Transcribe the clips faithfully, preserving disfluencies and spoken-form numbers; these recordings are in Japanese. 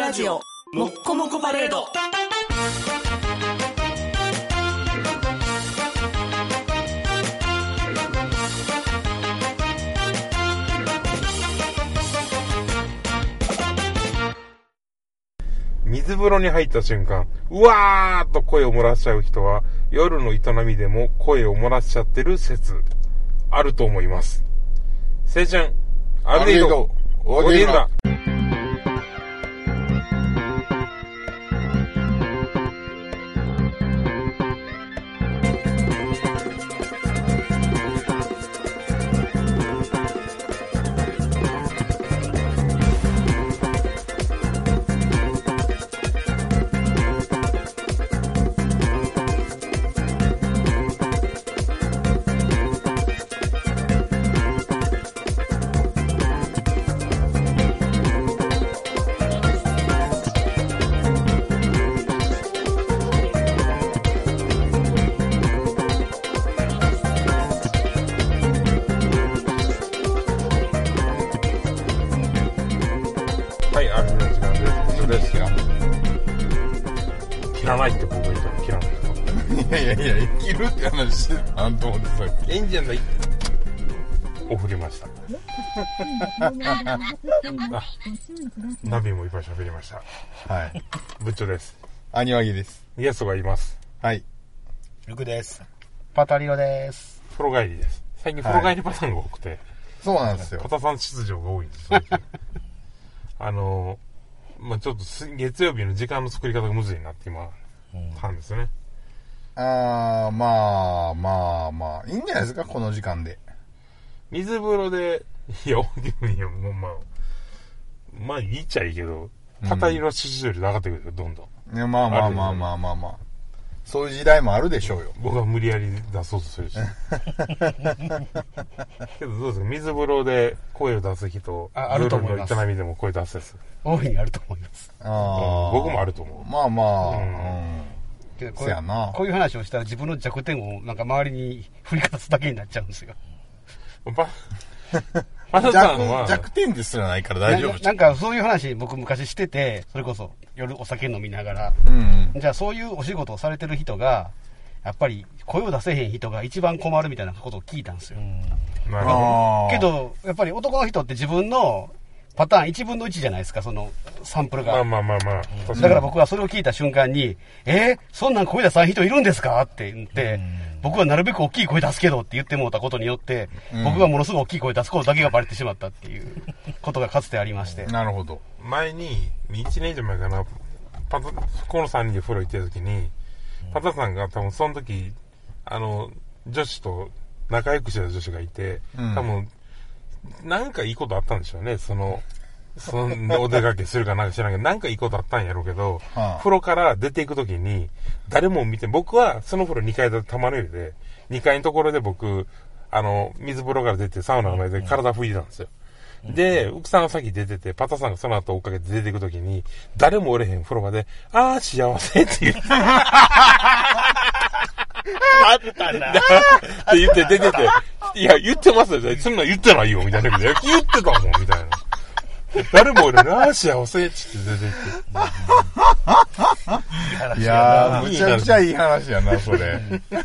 ラジオもっこもこパレード。 水風呂に入った瞬間、うわーっと声を漏らしちゃう人は、夜の営みでも声を漏らしちゃってる説、あると思います。せいちゃん、アルディード、オーディエンダ。 なんと思ってさっきエンジンのを振りました。あ、ナビもいっぱい喋りました。 はい。 部長です。 アニワギです。 ゲストがいます。 はい。 ルクです。パタリオです。 風呂帰りです。最近風呂帰りパターンが多くて、はい、 そうなんですよ。 パタさん出場が多いんです。あのまあちょっと月曜日の時間の作り方がむずいなって今たんですね。 あー、まあまあまあいいんじゃないですか、この時間で。 水風呂で、いや、いやもうまあまあいいっちゃいいけど、肩色指数より上がってくるよ、どんどん。 ね、まあまあまあまあまあまあ、そういう時代もあるでしょうよ。 僕は無理やり出そうとするし。けどどうですか、水風呂で声を出す人、 あ、あると思います。 夜の営みでも声出すです。 大いにあると思います。 ああ、 うん、僕もあると思う。 まあまあ、うん。 うんこうやな、 こういう話をしたら自分の弱点をなんか周りに振りかざすだけになっちゃうんですよ。 パパタさんは弱, 弱点ですらないから大丈夫。 な, なんかそういう話僕昔してて、それこそ夜お酒飲みながら、 うんうん、 じゃあそういうお仕事をされてる人がやっぱり声を出せへん人が一番困るみたいなことを聞いたんですよ。 うん、なるほどけどやっぱり男の人って自分のパターンいちぶんのいちじゃないですか、そのサンプルが。 まあまあまあまあ。 だから僕はそれを聞いた瞬間に、えー、そんなん声出さん人いるんですかって言って、僕はなるべく大きい声出すけどって言ってもうたことによって、僕がものすごい大きい声出すことだけがバレてしまったっていうことがかつてありまして。 なるほど。 前に、いちねん以上前かな、パタ、このさんにんで風呂行ってる時に、パタさんが多分その時、あの、女子と仲良くしてた女子がいて、多分、なんかいいことあったんでしょうね。その、そのお出かけするかなんか知らんけど、なんかいいことあったんやろうけど、はあ、風呂から出ていくときに、誰も見て、僕はその風呂にかいだと玉の湯で、にかいのところで僕、あの、水風呂から出てサウナの前で体拭いてたんですよ。で、奥さんが先出てて、パタさんがその後追っかけて出ていくときに、誰もおれへん風呂場で、あー幸せって言って。 あったなって言って出てて、いや、言ってますよ。そんな言ってないよ、みたいな。言ってたもん、みたいな。誰も俺、あー幸せって言って出て行って。いやー、むちゃくちゃいい話やな、それ。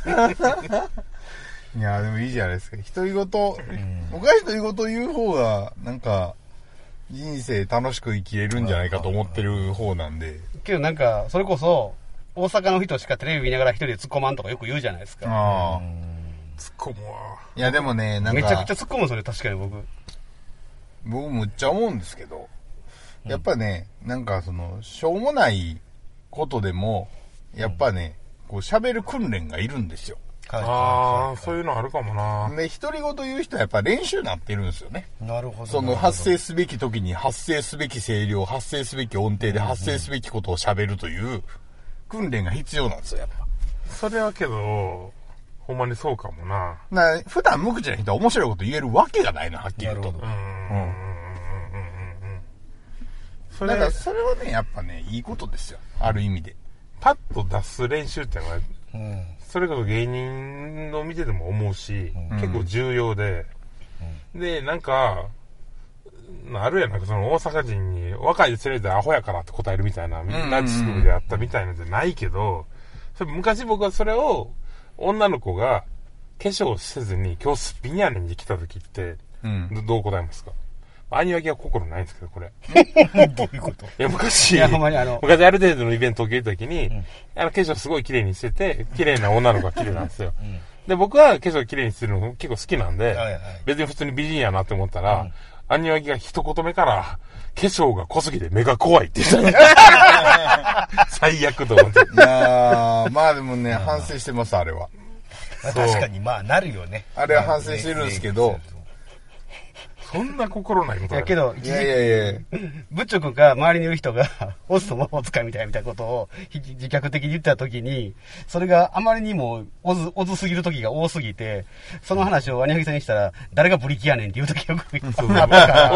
いやー、でもいいじゃないですか。独り言、僕は独り言言う方が、なんか、人生楽しく生きれるんじゃないかと思ってる方なんで。 けどなんか、それこそ、大阪の人しかテレビ見ながら一人で突っ込まんとかよく言うじゃないですか。 ああ。 突っ込むわ。 いやでもね、なんか。 めちゃくちゃ突っ込むんですよね、確かに僕。 僕むっちゃ思うんですけど、やっぱね、なんかその、しょうもないことでも、やっぱね、こう喋る訓練がいるんですよ。 ああ、そういうのあるかもな。 で、独り言言う人はやっぱ練習になってるんですよね。 なるほど。 その発生すべき時に発生すべき声量、発生すべき音程で発生すべきことを喋るという、訓練が必要なんですよ、やっぱ。 それはけど、ほんまにそうかもな。 な普段無口な人は面白いこと言えるわけがないの、はっきり言うと。 うん。うんうんうんうんうん。 それだからそれはね、やっぱね、いいことですよ。ある意味で。 パッと出す練習ってのは、 うん、 それこそ芸人の見てても思うし、うん、結構重要で、うん、で、なんか、 あるやん、なんかその大阪人に若いで連れてアホやからって答えるみたいな、ナチスクであったみたいなんじゃないけど、それ昔僕はそれを女の子が化粧せずに今日すっぴんやねんに来た時って、うん、ど, どう答えますか？アニワギは心ないんですけど、これ。 どういうこと？いや、昔、いや、ほんまにあの、昔ある程度のイベントを受けるときに、うん、あの、化粧すごい綺麗にしてて、綺麗な女の子が綺麗なんですよ。うん、で、僕は化粧綺麗にするの結構好きなんで、はいはい、別に普通に美人やなって思ったら、うん、アニワギが一言目から、化粧が濃すぎて目が怖いって言った最悪と思って。いやー、まあでもね、反省してます、あれは。 確かに、まあなるよね。 あれは反省してるんですけど、 そんな心ないことだけど、 いやいやいやブッチョ君が周りにいる人が、オズと魔法使いみたいみたいなことを自虐的に言ったときに、それがあまりにもオズ、オズすぎるときが多すぎて、その話をワニハギさんにしたら、誰がブリキやねんって言うときよく言ったから。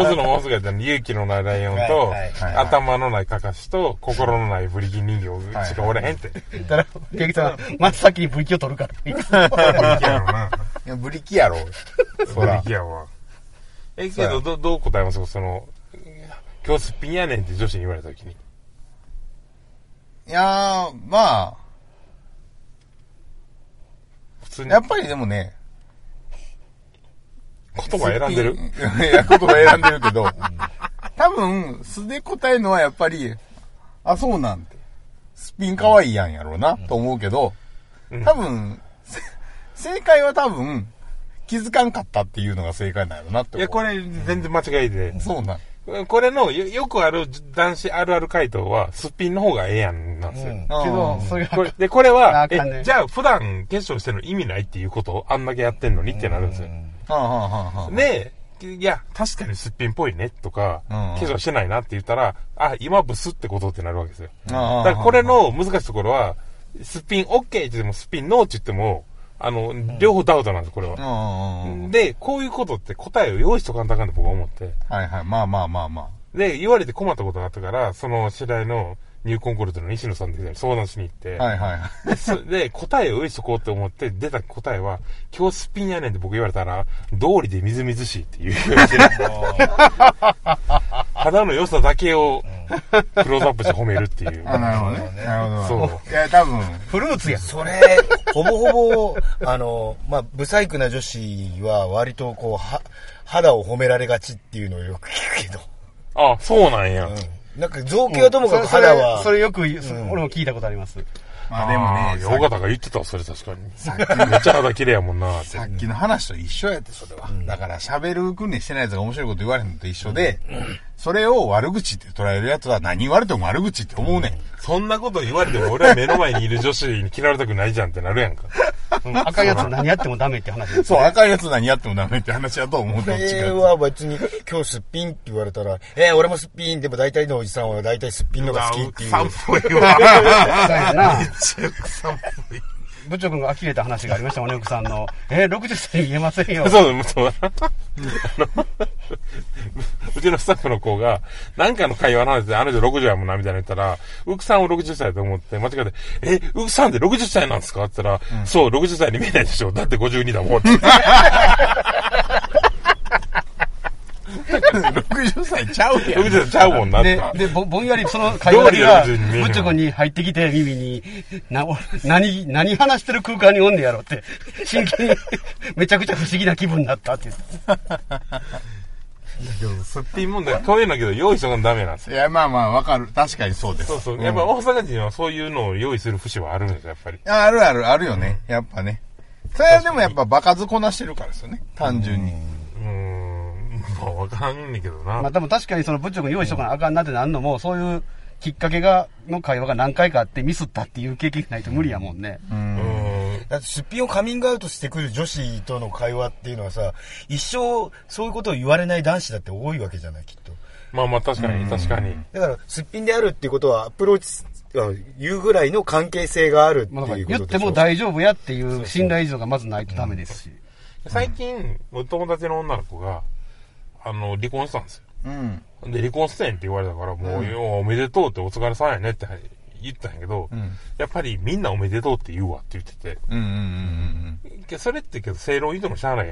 オズの魔法使いって勇気のないライオンと、はいはい、頭のないカカシと、心のないブリキ人形しかおれへんって。 言ったら、ワニハギさんは、真っ先にブリキを取るから。ブリキやろな。いや、ブリキやろ。 ブリキやわ。え、けど、ど、どう答えますか？その、今日すっぴんやねんって女子に言われたときに。 いやー、まあ、普通に。やっぱりでもね、 言葉選んでる？ いや、言葉選んでるけど、多分、素で答えるのはやっぱり、あ、そうなんて。すっぴん可愛いやんやろうな、うん、と思うけど、多分、正解は多分、気づかんかったっていうのが正解なんやろなって思う。 いや、これ全然間違いで。 そうなん。 これのよ、よくある男子あるある回答は、すっぴんの方がええやんなんですよ。うん、 けど、それが。 これで、これは、え、じゃあ普段化粧してるの意味ないっていうことあんだけやってんのにってなるんですよ。で、いや、確かにすっぴんっぽいねとか、化粧してないなって言ったら、あ、今ブスってことってなるわけですよ。だからこれの難しいところは、すっぴん OK って言ってもすっぴんノーって言っても、あの、両方ダウトなんです、これは。で、こういうことって答えを用意しとかんとあかんって僕は思って。 はいはい。まあまあまあまあ。 で、言われて困ったことがあったから、その世代のニューコンコルドの西野さんって人に相談しに行って。 はいはいはい。 で、で答えを用意しとこうって思って出た答えは、今日すっぴんやねんって僕言われたら、道理でみずみずしいっていう。肌の良さだけをクローズアップして褒めるっていう。 あ、なるほどね。なるほど。そう。 いや、多分。 フルーツや。 それ、ほぼほぼ、あの、まあ、ブサイクな女子は割とこう、は、肌を褒められがちっていうのをよく聞くけど。 あ、そうなんや。 うん、なんか造形はともかく肌は。 うん、それ、それよく、うん、俺も聞いたことあります。 まあでもね。 尾形が言ってたわ、それ確かに。さっきめっちゃ肌綺麗やもんな。 さっきの話と一緒やって、それは。うん、だから喋る訓練してないやつが面白いこと言われるのと一緒で、うん、それを悪口って捉えるやつは何言われても悪口って思うねん。 そんなこと言われても俺は目の前にいる女子に嫌われたくないじゃんってなるやんか。 うん、赤いやつ何やってもダメって話です、ね。 そう、赤いやつ何やってもダメって話だと思う。どっちか。 俺は別に今日すっぴんって言われたら、えー、俺もすっぴんでも大体のおじさんは大体すっぴんのが好きっていう。 草っぽいわ。めっちゃ草っぽい。 部長君が呆れた話がありましたもんね、奥さんの。えー、ろくじゅっさいに見えませんよ。 そう、そう。うちのスタッフの子が、なんかの会話の話で、あの人ろくじゅうやもんな、みたいな言ったら、ウクさんをろくじゅっさいと思って、間違えて、え、ウクさんってろくじゅっさいなんですかって言ったら、うん、そう、ろくじゅっさいに見えないでしょ。だってごじゅうにだもんって。 ろくじゅっさいちゃうやん。 ろくじゅっさいちゃうもんなって。 で、で、ぼ、ぼんやりその会話が、ぶっちょこに入ってきて耳に、な、何、何話してる空間におんねやろって、真剣に、めちゃくちゃ不思議な気分になったって言って。 すっぴんもんだよ。こういうのけど、用意しとかんダメなんですよ。 いや、まあまあ、わかる。確かにそうです。 そうそう。やっぱ大阪人はそういうのを用意する節はあるんですよ、やっぱり。 あ、あるある、あるよね。やっぱね。それはでもやっぱ場数こなしてるからですよね。単純に。 うーん。まあ、わからんねんけどな。 まあ、でも確かにその部長が用意しとかなあかんなってなんのも、そういうきっかけが、の会話が何回かあってミスったっていう経験がないと無理やもんね。 うん。だってすっぴんをカミングアウトしてくる女子との会話っていうのはさ、一生そういうことを言われない男子だって多いわけじゃない、きっと。 まあまあ確かに、確かに。 だから、すっぴんであるっていうことはアプローチ、言うぐらいの関係性があるっていうことでしょ。 言っても大丈夫やっていう信頼以上がまずないとダメですし。 うん、最近、お友達の女の子が、あの、離婚したんですよ。うん。で、離婚してんって言われたから、もう、うん、おめでとうってお疲れさんやねって言ったんやけど、うん、やっぱりみんなおめでとうって言うわって言ってて。うんうんうんうん。それってけど、正論言うてもしゃあないやんか。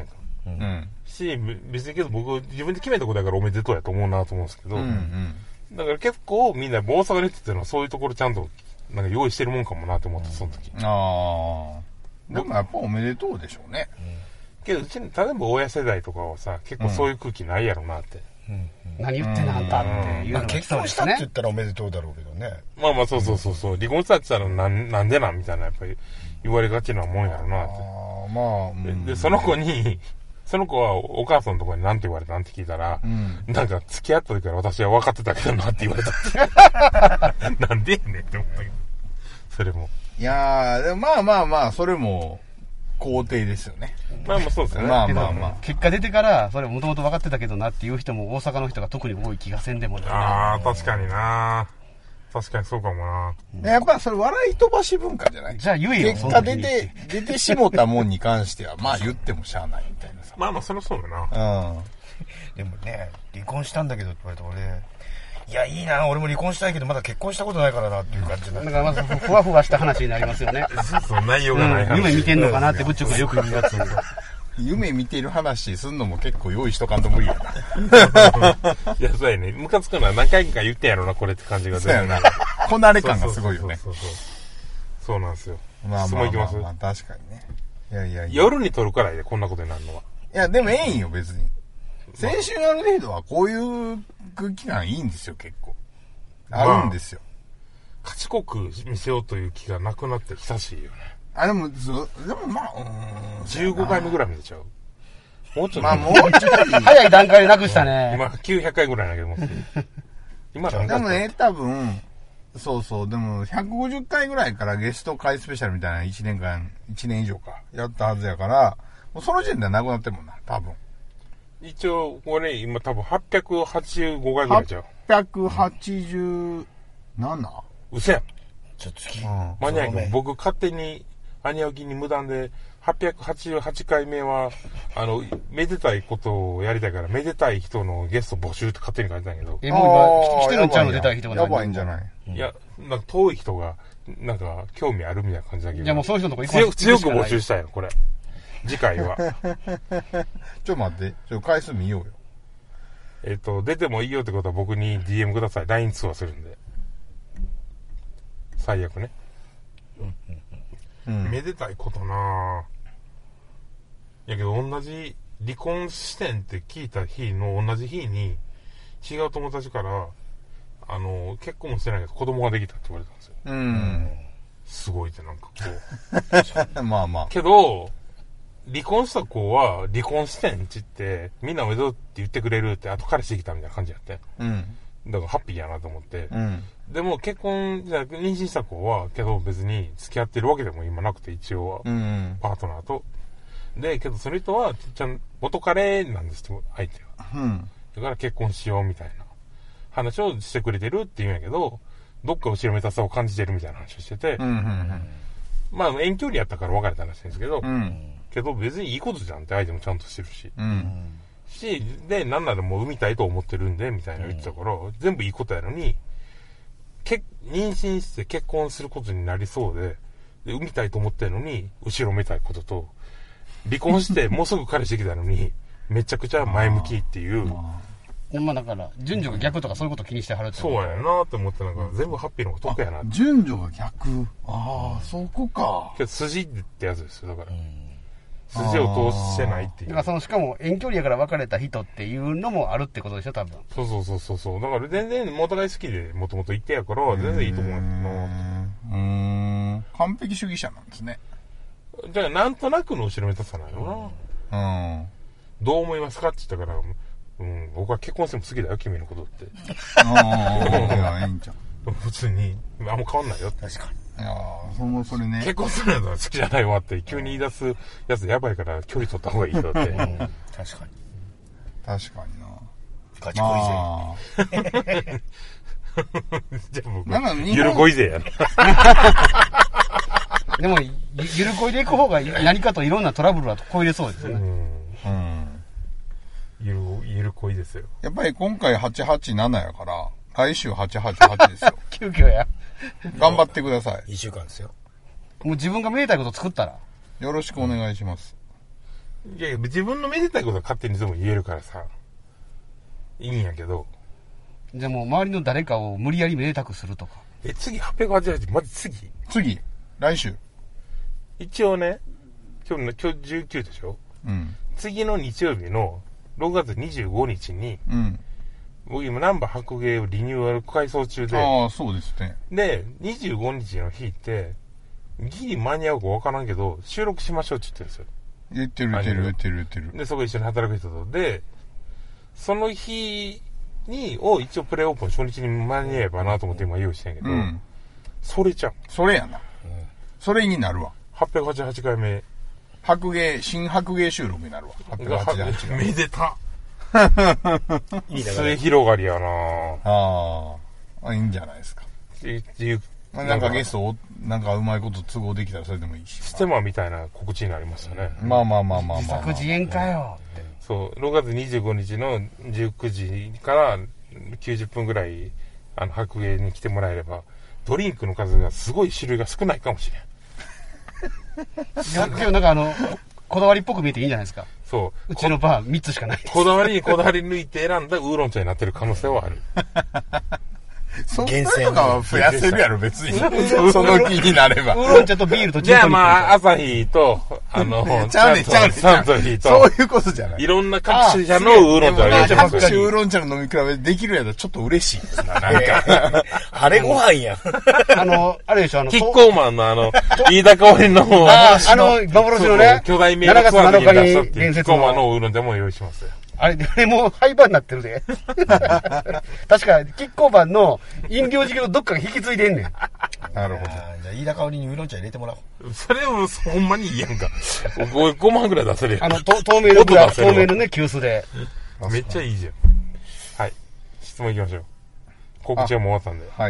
うん。 し、別にけど僕自分で決めたことだからおめでとうやと思うなと思うんですけど、 うんうん。 だから結構みんな大阪にっていうのはそういうところちゃんとなんか用意してるもんかもなと思って、その時。 ああ。でもやっぱおめでとうでしょうね。 けどうち、例えば親世代とかはさ、結構そういう空気ないやろなって。 うんうん、何言ってんのあんたっていうのが結婚したって言ったらおめでとうだろうけどね。 まあまあそうそうそうそう。離婚したって言ったらなんなんでなんみたいなやっぱり言われがちなもんやろなって。 ああ、まあ、うん、 で、その子に、その子はお母さんのところに何て言われたんって聞いたら、うん、なんか付き合った時から私は分かってたけどなって言われた。なんでやねんって思ったけど。それも。 いやー、でもまあまあまあ、それも肯定ですよね。 まあまあそうですよね。 まあまあまあ。 結果出てから、それもともと分かってたけどなっていう人も大阪の人が特に多い気がせんでもない。 ああ、確かにな。確かにそうかもな。 やっぱそれ笑い飛ばし文化じゃない？ じゃあ言えよ。 結果出て、出てしもたもんに関しては、まあ言ってもしゃあないみたいなさ。 まあまあそれはそうだな。 うん。 でもね、離婚したんだけどって言われて俺、いや、いいな、俺も離婚したいけど、まだ結婚したことないからなっていう感じになる。 だからまず、ふわふわした話になりますよね。 そうそう、内容がない話、 うん。夢見てんのかなって、ぶっちょくがよく言うやつ。 夢見てる話すんのも結構用意しとかんと無理やな。 いや、そうやね。ムカつくのは何回か言ってんやろな、これって感じが出るな。こなれ感がすごいよね。 そうそうそうそう。そうなんですよ。 まあまあまあ、まあ、 質問いきまあ、確かにね。いやいやいや。夜に撮るからいで、こんなことになるのは。いや、でもええんよ、別に。青春ある程度はこういう空気感いいんですよ、結構。あるんですよ。 まあ、賢く見せようという気がなくなって久しいよね。 あ、でも、でもまあ、うーん。じゅうごかいめぐらい見れちゃう。もうちょっと。 まあ、もうちょっと。 早い段階でなくしたね。 今、きゅうひゃっかいぐらいだけども。今でもね、多分、そうそう、でも、ひゃくごじゅっかいぐらいからゲスト会スペシャルみたいないちねんかん、いちねん以上か、やったはずやから、もうその時点ではなくなってるもんな、多分。 一応、これ今多分はっぴゃくはちじゅうごかいぐらいちゃう。 はっぴゃくはちじゅうなな? うせやん。 ちょっと次。 間に合い君、僕勝手に、アニオキに無断で、はっぴゃくはちじゅうはちかいめは、あの、めでたいことをやりたいから、めでたい人のゲスト募集って勝手に書いてたんやけど。 え、もう今、来てるんちゃうの出たい人が。 やばいんじゃない？ いや、なんか遠い人が、なんか興味あるみたいな感じだけど。 じゃあもうそういう人のとこ行く強く強く募集したいの、これ。次回は。 ちょ、待って。ちょ、回数見ようよ。 えっと、出てもいいよってことは僕に ディーエム ください。ライン 通話するんで。最悪ね。うん。めでたいことなぁ。やけど同じ離婚視点って聞いた日の同じ日に違う友達からあの結婚もしてないけど子供ができたって言われたんですよ。 うん。 すごいってなんかこう。まあまあ。 けど離婚した子は離婚視点って言ってみんなおめでとうって言ってくれるって後彼氏できたみたいな感じやって。 うん。 だからハッピーやなと思って。 うん。 でも結婚じゃ妊娠した子はけど別に付き合ってるわけでも今なくて一応は、 うんうん、 パートナーと。で、けどその人は、ちゃん、元彼なんですよ、相手は。 うん。 だから結婚しようみたいな話をしてくれてるって言うんやけど、どっか後ろめたさを感じてるみたいな話をしてて、 うんうんうん、 まあ遠距離やったから別れたらしいんですけど、 うん、 けど別にいいことじゃんって相手もちゃんとしてるし、 うん、 し、で、なんならもう産みたいと思ってるんで、みたいな言ってたから、うん、全部いいことやのに、け妊娠して結婚することになりそうで、で産みたいと思ってるのに、後ろめたいことと、離婚してもうすぐ彼氏できたのにめちゃくちゃ前向きっていう。 まあだから順序が逆とかそういうこと気にしてはるってそうやなって思ってなんか全部ハッピーの方が得やなって。 順序が逆。ああ、そこか。 けど筋ってやつですよだから。筋を通してないっていう。 だからそのしかも遠距離やから別れた人っていうのもあるってことでしょ多分。 そうそうそうそうそう。だから全然お互い好きでもともと言ってやから全然いいと思うやんな。 うーん。完璧主義者なんですね。 じゃあなんとなくの後ろめたさないよな。うん。 どう思いますかって言ったから、うん、僕は結婚しても好きだよ、君のことって。 ああ、いや、いいんちゃう。普通に、あんま変わんないよ。 確かに。 いやその、それね。 結婚するのは好きじゃないわって、急に言い出すやつやばいから距離取った方がいいよって。うん、確かに。 確かにな。 ガチ恋勢。 じゃあ僕、ゆる恋勢やな。 でも、ゆる恋で行く方が何かといろんなトラブルは超えれそうですよね。 うん。うん。 ゆる、ゆる恋ですよ。 やっぱり今回はちはちななやから、来週はちはちはちですよ。 急遽や。 頑張ってください。 いっしゅうかんですよ。 もう自分が見えたいこと作ったら。 よろしくお願いします。 いやいや、自分のめでたいことは勝手にでも言えるからさ、いいんやけど。 じゃあもう周りの誰かを無理やりめでたくするとか。 え、次はっぴゃくはちじゅうはち、まず次次、来週。 一応ね、今日の、今日じゅうくでしょ？ うん。 次の日曜日のろくがつにじゅうごにちに、 うん。 僕今ナンバー白芸をリニューアル改装中で、 ああ、そうですね。 で、にじゅうごにちの日って、ギリ間に合うか分からんけど、収録しましょうって言ってるんですよ。 言ってる言ってる言ってる言ってる。 で、そこ一緒に働く人と。で、その日に、を一応プレイオープン初日に間に合えばなと思って今用意してんやけど、うん、それじゃん。 それやな。うん、それになるわ。 はっぴゃくはちじゅうはちかいめ。 白芸、新白芸収録になるわ。はっぴゃくはちじゅうはちが。 めでた。いい末広がりやなああ、いいんじゃないですか。 っていう。 なんかゲストを、なんかうまいこと都合できたらそれでもいいし。 ステマみたいな告知になりましたね。 まあまあまあまあまあ、まあ。 自作自演かよ。 そう、ろくがつにじゅうごにちのじゅうくじからきゅうじゅっぷんぐらい、あの、白芸に来てもらえれば、ドリンクの数がすごい種類が少ないかもしれん。 いや、今日なんかあの、こだわりっぽく見えていいんじゃないですか。 そう。 うちのバーみっつしかないです。 こだわりにこだわり抜いて選んだウーロン茶になってる可能性はある。 そんなのが増やせるやろ、別に。その気になれば。 ウーロン茶とビールとジントニック。じゃあまあ、アサヒと、あの、 ちゃうねちゃうねサントリーと。 そういうことじゃない。 いろんな各種茶のウーロン茶を入れてます。 各種ウーロン茶の飲み比べできるやつはちょっと嬉しい。なんか。 あれご飯や。 あの、あれでしょ、あの、 キッコーマンのあの、飯田香織の、 あの、幻のね、 巨大名物ツアーの時に出したっていうキッコーマンのウーロン茶も用意しますよ。 あれ、あれもう廃盤になってるで。確か、キッコーマンの飲料事業のどっかが引き継いでんねん。 なるほど。 じゃあ、飯田香織にウーロン茶入れてもらおう。 それもほんまにいいやんか。ごまんぐらい出せるやん。 あの、透明のグラス、透明のね、急須で。 めっちゃいいじゃん。はい。質問いきましょう。告知はもう終わったんで。 はい。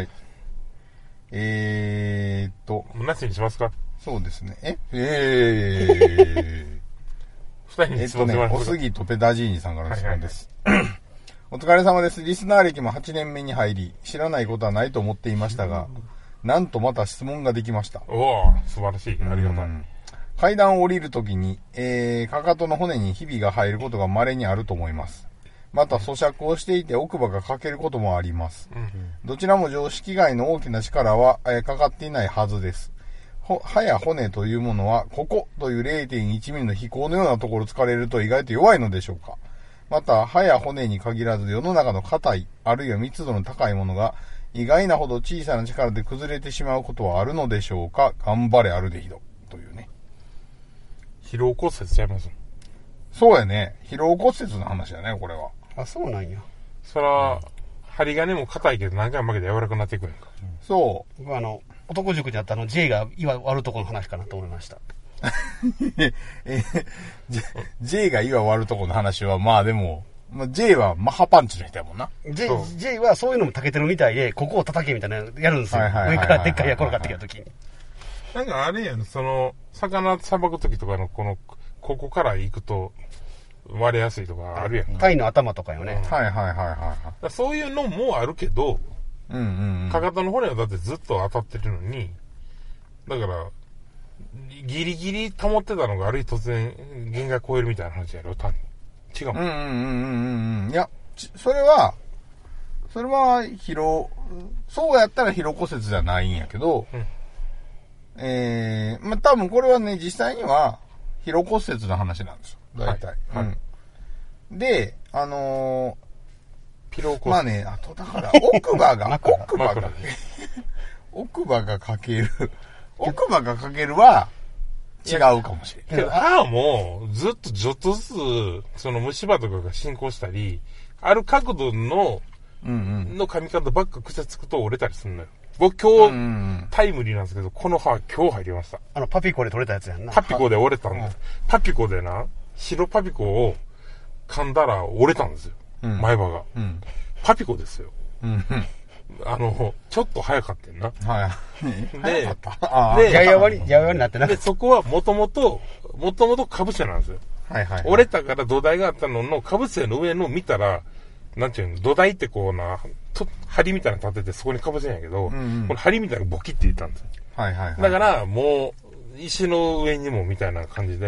えーっと。 なしにしますか？ そうですね。ええー。 二人に質問しますか？ えっとね、おすぎとペダジーニさんからの質問です。はいはいはい、お疲れ様です。リスナー歴もはちねんめに入り、知らないことはないと思っていましたが、なんとまた質問ができました。 おー、素晴らしい。ありがたい。 階段を降りるときに、えー、かかとの骨にひびが入ることが稀にあると思います。また咀嚼をしていて奥歯が欠けることもあります。うんうん、どちらも常識外の大きな力は、えー、かかっていないはずです。歯や骨というものは、ここという れいてんいちミリの飛行のようなところを突かれると意外と弱いのでしょうか。また、歯や骨に限らず世の中の硬い、あるいは密度の高いものが、意外なほど小さな力で崩れてしまうことはあるのでしょうか。頑張れアルデヒド。というね。 疲労骨折ちゃいます？ そうやね。疲労骨折の話だね、これは。 あ、そうなんや。 そら、うん、針金も硬いけど何回も負けて柔らかくなっていくんやんか。 うん、そう。 僕あの、男塾にあったあの J が岩割るとこの話かなと思いました。 ええ J が岩割るとこの話は、まあでも、まあ、J はマッハパンチの人やもんな。 J, J はそういうのも長けてるみたいで、ここを叩けみたいなのやるんですよ。上からでっかいヤコロ買ってきたときに。 なんかあれやん、その、魚さばくときとかのこの、ここから行くと割れやすいとかあるやん。 タイの頭とかよね。 うん、はいはいはいはい。 そういうのもあるけど、 うんうんうん、 かかとの骨はだってずっと当たってるのに、だから、ギリギリ保ってたのがある日突然限界超えるみたいな話やろ、単に。違うもん。 うんうんうんうんうん。いや、それは、それは疲労、そうやったら疲労骨折じゃないんやけど、うん、えー、まあ、多分これはね、実際には疲労骨折の話なんですよ。大体。はいはい、うん。で、あのー、まあね、あとだから、奥歯が、奥歯が、奥歯がかける、奥歯がかけるは違うかもしれない。 けど、歯もずっとちょっとずつ、その虫歯とかが進行したり、ある角度の、うんうん、の噛み方ばっか癖つくと折れたりするのよ。僕今日、うんうん、タイムリーなんですけど、この歯今日入りました。 あの、パピコで取れたやつやんな。 パピコで折れたんです。パピコでな、白パピコを噛んだら折れたんですよ。うん、前歯が、うん。パピコですよ。うん、あの、ちょっと早かったんな。 はい。 で、 で、やや割り、やや割りになってなで、そこはもともと、もともとかぶせなんですよ。はいはい、はい。折れたから土台があったのの、かぶせの上の見たら、なんていうの、土台ってこうな、と針みたいなの立ててそこにかぶせんやけど、うんうん、この針みたいなのボキって言ったんですよ。はいはいはい。だから、もう、石の上にもみたいな感じで、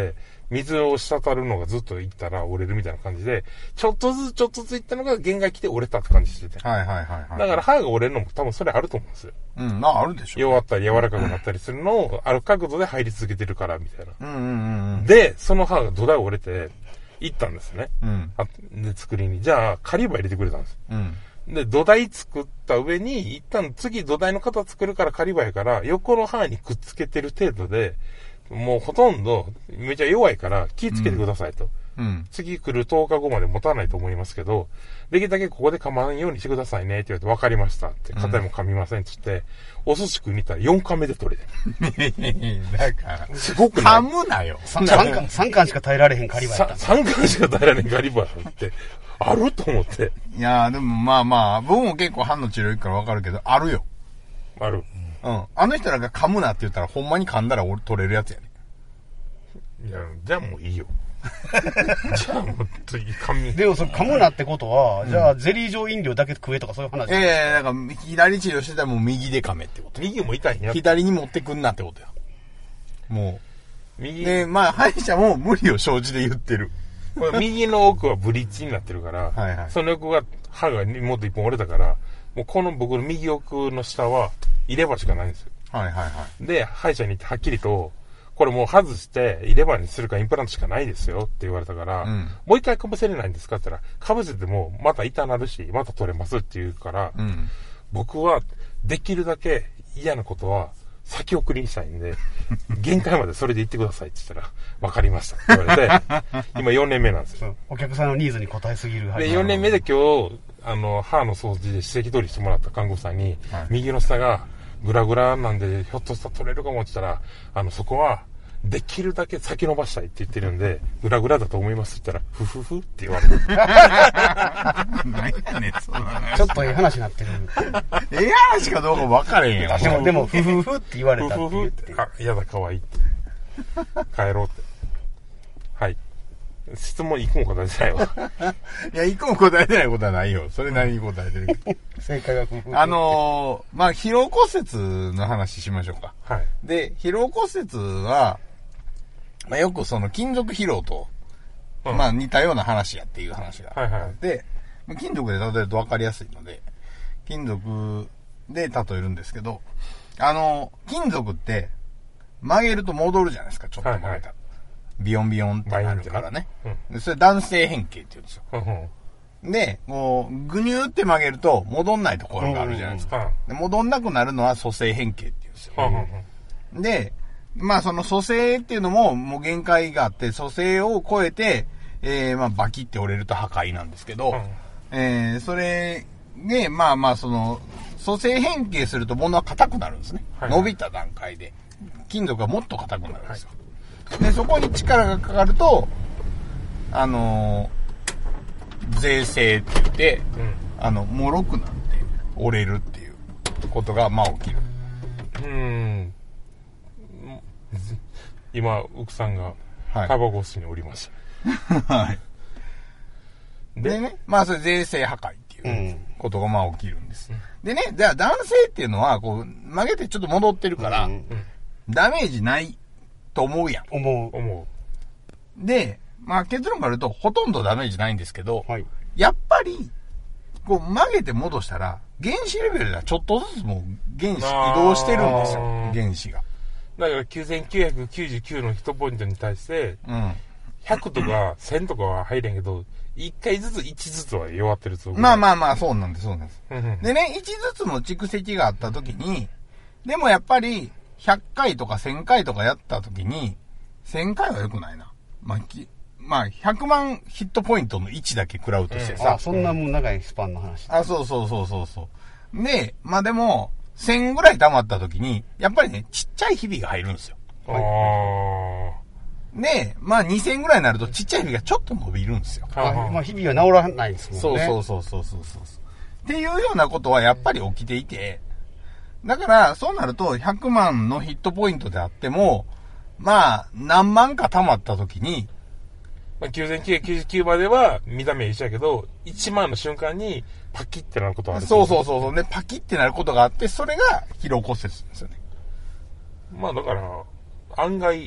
水を滴るのがずっといったら折れるみたいな感じで、ちょっとずつちょっとずついったのが限界来て折れたって感じしてて。 はいはいはいはい。 だから歯が折れるのも多分それあると思うんですよ。 うん、まああるでしょ。 弱ったり柔らかくなったりするのを、ある角度で入り続けてるから、みたいな。 うんうんうんうん。 で、その歯が土台折れて、行ったんですね。 うん。 で、作りに。じゃあ、カリバー入れてくれたんです。 うん。 で、土台作った上に、一旦次土台の型作るからカリバーやから、横の歯にくっつけてる程度で、もうほとんど、めちゃ弱いから気つけてくださいと。 うん。 次来るとおかごまで持たないと思いますけど、できるだけここで噛まんようにしてくださいねって言われて、わかりましたって、肩も噛みませんって言って、うん、お寿司食いに行ったらよんかんめで取れて。 だから、 すごくない噛むなよ。 さんかん、三巻しか耐えられへんカリバーやった。 さんかんしか耐えられへんカリバーって、あると思って。 いやーでもまあまあ、僕も結構歯の治療行くからわかるけど、あるよ。 ある。 うん。あの人らが噛むなって言ったら、ほんまに噛んだら俺取れるやつやね。 いや、じゃあもういいよ。じゃあもう、噛み。 でもそれ噛むなってことは、うん、じゃあゼリー状飲料だけ食えとかそういう話。 ええー、なんか左治療してたらもう右で噛めってこと。 右も痛いんや。 左に持ってくんなってことや。もう。右。で、まあ歯医者も無理を承知で言ってる。 右の奥はブリッジになってるから、はいはい、その奥が歯がもっと一本折れたから、もうこの僕の右奥の下は入れ歯しかないんですよ。 はいはいはい。 で、歯医者に行ってはっきりと、これもう外して入れ歯にするかインプラントしかないですよって言われたから、うん、もう一回被せれないんですかって言ったら、被せてもまた痛なるし、また取れますって言うから、うん、僕はできるだけ嫌なことは先送りにしたいんで、限界までそれで言ってくださいって言ったら、わかりましたって言われて、今よねんめなんですよ。 お客さんのニーズに応えすぎる。 で、よねんめで今日、あの、歯の掃除で歯石取りしてもらった看護師さんに、はい、右の下がグラグラなんで、ひょっとしたら取れるかもって言ったら、あの、そこは、できるだけ先伸ばしたいって言ってるんで、グラグラだと思いますって言ったら、ふふふって言われる。 何やねん、その話。 ちょっとええ話になってる。 ええ話かどうか分かれへんよ。 でも、でも、ふふふって言われたってふふふって。あ、嫌だ、可愛いって。帰ろうって。はい。質問一個も答えてないわ。 いや、一個も答えてないことはないよ。それなりに答えてるけど。 正解はふふふ。 あのー、まあ、疲労骨折の話しましょうか。 はい。 で、疲労骨折は、まあ、よくその金属疲労と、うん、まあ似たような話やっていう話があって、はいはい、金属で例えると分かりやすいので、金属で例えるんですけど、あの、金属って曲げると戻るじゃないですか、ちょっと曲げたら。はいはい、ビヨンビヨンってなるからね。うん、でそれ男性変形って言うんですよ。うんうん、で、こう、ぐにゅーって曲げると戻んないところがあるじゃないですか。で戻んなくなるのは蘇生変形って言うんですよ。うんうん、で、まあその蘇生っていうのももう限界があって、蘇生を超えて、えー、まあバキって折れると破壊なんですけど、うん、えー、それで、まあまあその、蘇生変形すると物は硬くなるんですね。はいはい、伸びた段階で。金属がもっと硬くなるんですよ。はい、で、そこに力がかかると、あのー、税制って言って、うん、あの、脆くなって折れるっていうことが、まあ起きる。 うーん。今、奥さんがタバコ吸いにおりました。 はい。で, でね、まあそれ税制破壊っていうことがまあ起きるんです。うん、でね、じゃあ男性っていうのはこう曲げてちょっと戻ってるから、うんうん、ダメージないと思うやん。 思う。思う。で、まあ結論から言うとほとんどダメージないんですけど、 はい、 やっぱり、こう曲げて戻したら原子レベルではちょっとずつもう原子移動してるんですよ。原子が。 だからきゅうせんきゅうひゃくきゅうじゅうきゅうのヒットポイントに対して、うん、ひゃくとかせんとかは入れんけど、いっかいずついちずつは弱ってると。 まあまあまあ、そうなんです、そうなんです。でね、いちずつの蓄積があったときに、でもやっぱりひゃっかいとかせんかいとかやったときに、せんかいは良くないな。まあ、きまあ、ひゃくまんヒットポイントのいちだけ食らうとしてさ。 うん、あ、そんなもん長いスパンの話。 あ、そうそうそうそうそう。で、まあでも、せんぐらい溜まった時に、やっぱりね、ちっちゃいひびが入るんですよ。 あー。で、まあにせんぐらいになるとちっちゃいひびがちょっと伸びるんですよ。 あまあひびは治らないですもんね。 そうそうそうそうそうそう。っていうようなことはやっぱり起きていて、だからそうなるとひゃくまんのヒットポイントであっても、まあ何万か溜まった時に、 まあ、きゅうせんきゅうひゃくきゅうじゅうきゅうまでは見た目一緒やけど、いちまんの瞬間にパキってなることがある。 そうそうそうそう。ね、パキってなることがあって、それが疲労骨折ですよね。 まあだから、案外、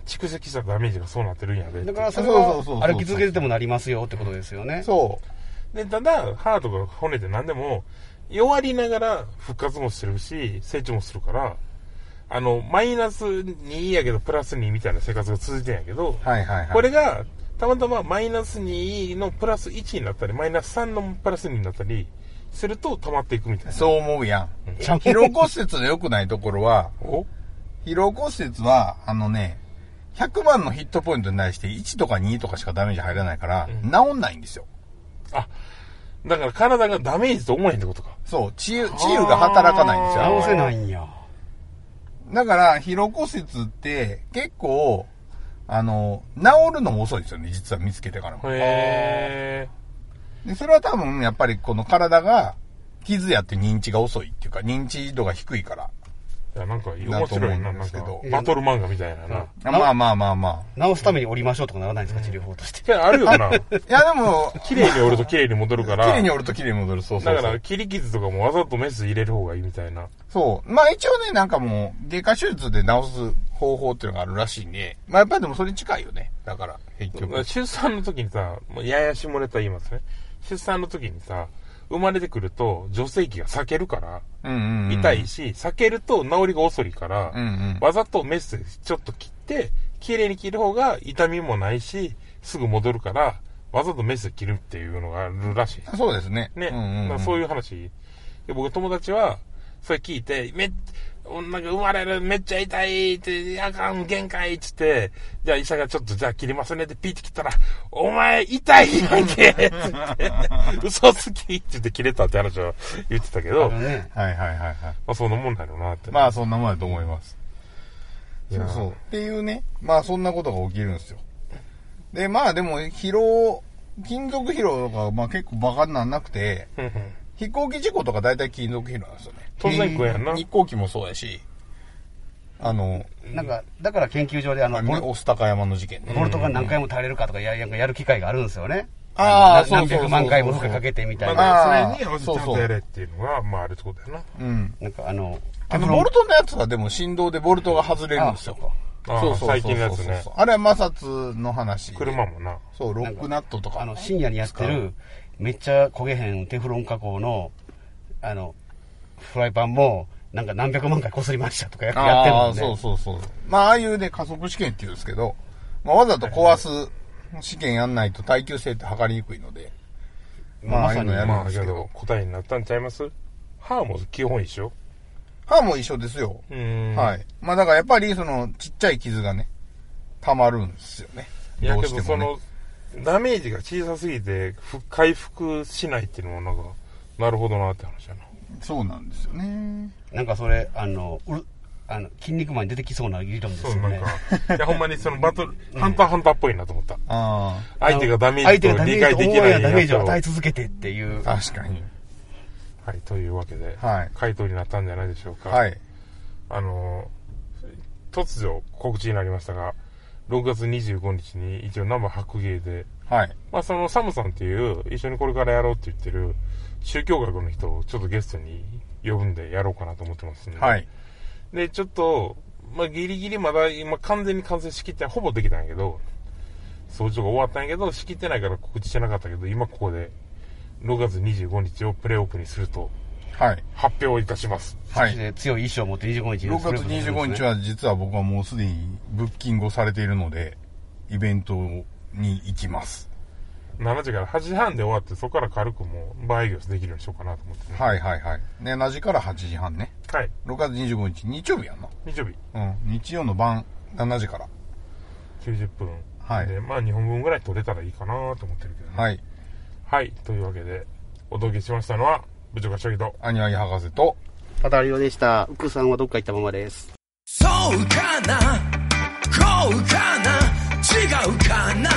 蓄積したダメージがそうなってるんやで。 だからそれそうそうそうそうは歩き続けててもなりますよってことですよね。 そうで、ただ、歯とか骨で何でも、弱りながら復活もしてるし、成長もするから、あの、マイナスにやけど、プラスにみたいな生活が続いてんやけど、 はいはいはい。 これが、たまたまマイナスにのプラスいちになったり、マイナスさんのプラスになったり、すると溜まっていくみたいな。 そう思うやん。疲労骨折の良くないところは、 お疲労骨折は、あのね、ひゃくまんのヒットポイントに対していちとかにとかしかダメージ入らないから、うん、治んないんですよ。 あ、だから体がダメージと思えへんってことか。 そう、治癒、治癒が働かないんですよ。 治せないんや。 だから、疲労骨折って結構、あの、治るのも遅いですよね、実は見つけてからも。 へー。で、それは多分、やっぱりこの体が、傷やって認知が遅いっていうか、認知度が低いから。 いや、なんか面白いな、なんか、バトル漫画みたいなな。 まあまあまあまあ。 治すために折りましょうとかならないんですか、治療法として。 いや、あるよな。いや、でも、 綺麗に折ると綺麗に戻るから。 綺麗に折ると綺麗に戻る、そうそうそう。 だから、切り傷とかもわざとメス入れる方がいいみたいな。 そう。まあ一応ね、なんかもう、外科手術で治す方法っていうのがあるらしいんで、まあやっぱりでもそれに近いよね。だから、結局。 出産の時にさ、やや下ネタ言いますね。出産の時にさ、生まれてくると、女性器が裂けるから、 うんうんうん、 痛いし、裂けると治りが遅いから、 うんうん、 わざとメスちょっと切って、綺麗に切る方が痛みもないし、すぐ戻るから、わざとメス切るっていうのがあるらしい。 そうですね。 ね。 うんうんうん、 そういう話。で僕友達は、それ聞いて、めっ、なんか生まれる、めっちゃ痛いって、あかん、限界っつって、じゃあ医者がちょっとじゃあ切りますねってピーって切ったら、お前痛いやんけって嘘つきって言って切れたって話を言ってたけど、 ね、 はいはいはいはい。まあそんなもんだろうなって。 まあそんなもんだと思います。そうそう。っていうね、まあそんなことが起きるんですよ。で、まあでも疲労、金属疲労とか、まあ結構バカになんなくて、飛行機事故とか大体金属疲労なんですよね。 当然食うやんな。 日航機もそうやし、あの、 なんか、だから研究所であの、 オス高山の事件ね。 ボルトが何回も耐えれるかとかや、やる機会があるんですよね。 ああ、そうそうそう。 何百万回も負荷かけてみたいな。 まあ、それに合わせてちゃんとやれっていうのが、まああるってことだよな。 うん。 なんかあの、 あの、ボルトのやつはでも振動でボルトが外れるんですよ。 そうそうそう。最近のやつね。 あれは摩擦の話。 車もな。 そう、ロックナットとか。 あの、深夜にやってる、めっちゃ焦げへんテフロン加工の、あの、フライパンも、なんか何百万回擦りましたとかやってるもんね。 ああ、そうそうそう。まあ、ああいうね、加速試験って言うんですけど、まあ、わざと壊す試験やんないと耐久性って測りにくいので、 まあ、まさにやるんですけど、答えになったんちゃいます？歯も基本一緒？ 歯も一緒ですよ。はい。まあ、だからやっぱり、その、ちっちゃい傷がね、溜まるんですよね。 いや、けどその、ダメージが小さすぎて、回復しないっていうのもなんか、なるほどなって話だな。 そうなんですよね。 なんかそれ、あの、うあの、筋肉マンに出てきそうな理論ですよね。そう、なんか、いや、ほんまにそのバトル、ハンターハンターっぽいなと思った。ああ。 相手がダメージと理解できないダメージを与え続けてっていう。 確かに。 はい、というわけで、 はい、 回答になったんじゃないでしょうか。 はい。 あの、突如告知になりましたが、ろくがつにじゅうごにちに一応生白芸で、 はい。 まあそのサムさんっていう一緒にこれからやろうって言ってる宗教学の人をちょっとゲストに呼ぶんでやろうかなと思ってますんで。 はい。 で、ちょっと、まあギリギリまだ今完全に完成しきってほぼできたんやけど、掃除が終わったんやけど、しきってないから告知してなかったけど、今ここでろくがつにじゅうごにちをプレオープンにすると、 はい。 発表いたします。 はい。強い意志を持ってにじゅうごにちにろくがつにじゅうごにちは実は僕はもうすでにブッキングをされているので、イベントに行きます。 しちじからはちじはんで終わって、そこから軽くもうバー営業できるようにしようかなと思って、ね。 はいはいはい。ね、しちじからはちじはんね。 はい。 ろくがつにじゅうごにち、日曜日やんな。 日曜日。 うん。日曜の晩、しちじから。 きゅうじゅっぷん。 はい。 で、まあにほんぶんぐらい取れたらいいかなと思ってるけどね。 はい。 はい。というわけで、お届けしましたのは、部長がしゃぎと、 アニワギ博士と、 パタリオでした。ウクさんはどっか行ったままです。 そうかな、こうかな、違うかな、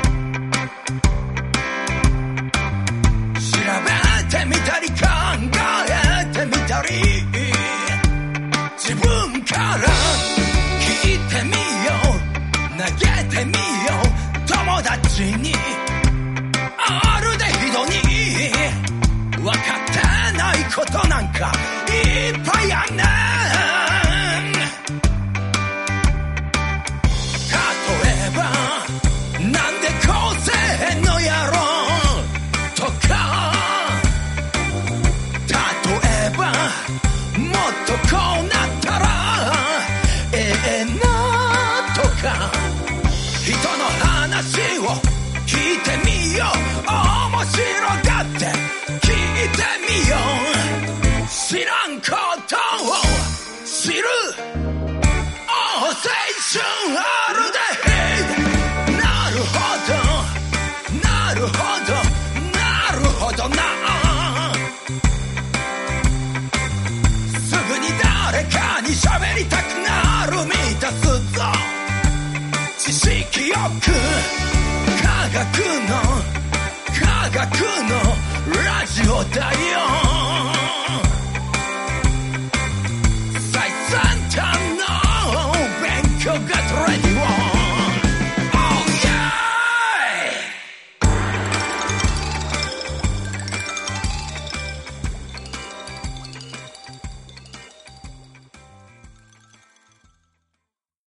調べてみたり考えてみたり、自分から聞いてみよう、投げてみよう、友達に、あるでひどに、分かってないことなんかいっぱいあんねん。 よ面白がって聞いてみよう知らんことを知る青春あるでなるほどなるほどなるほどなすぐに誰かに喋りたくなる満たすぞ知識よく科学の科学のラジオだよ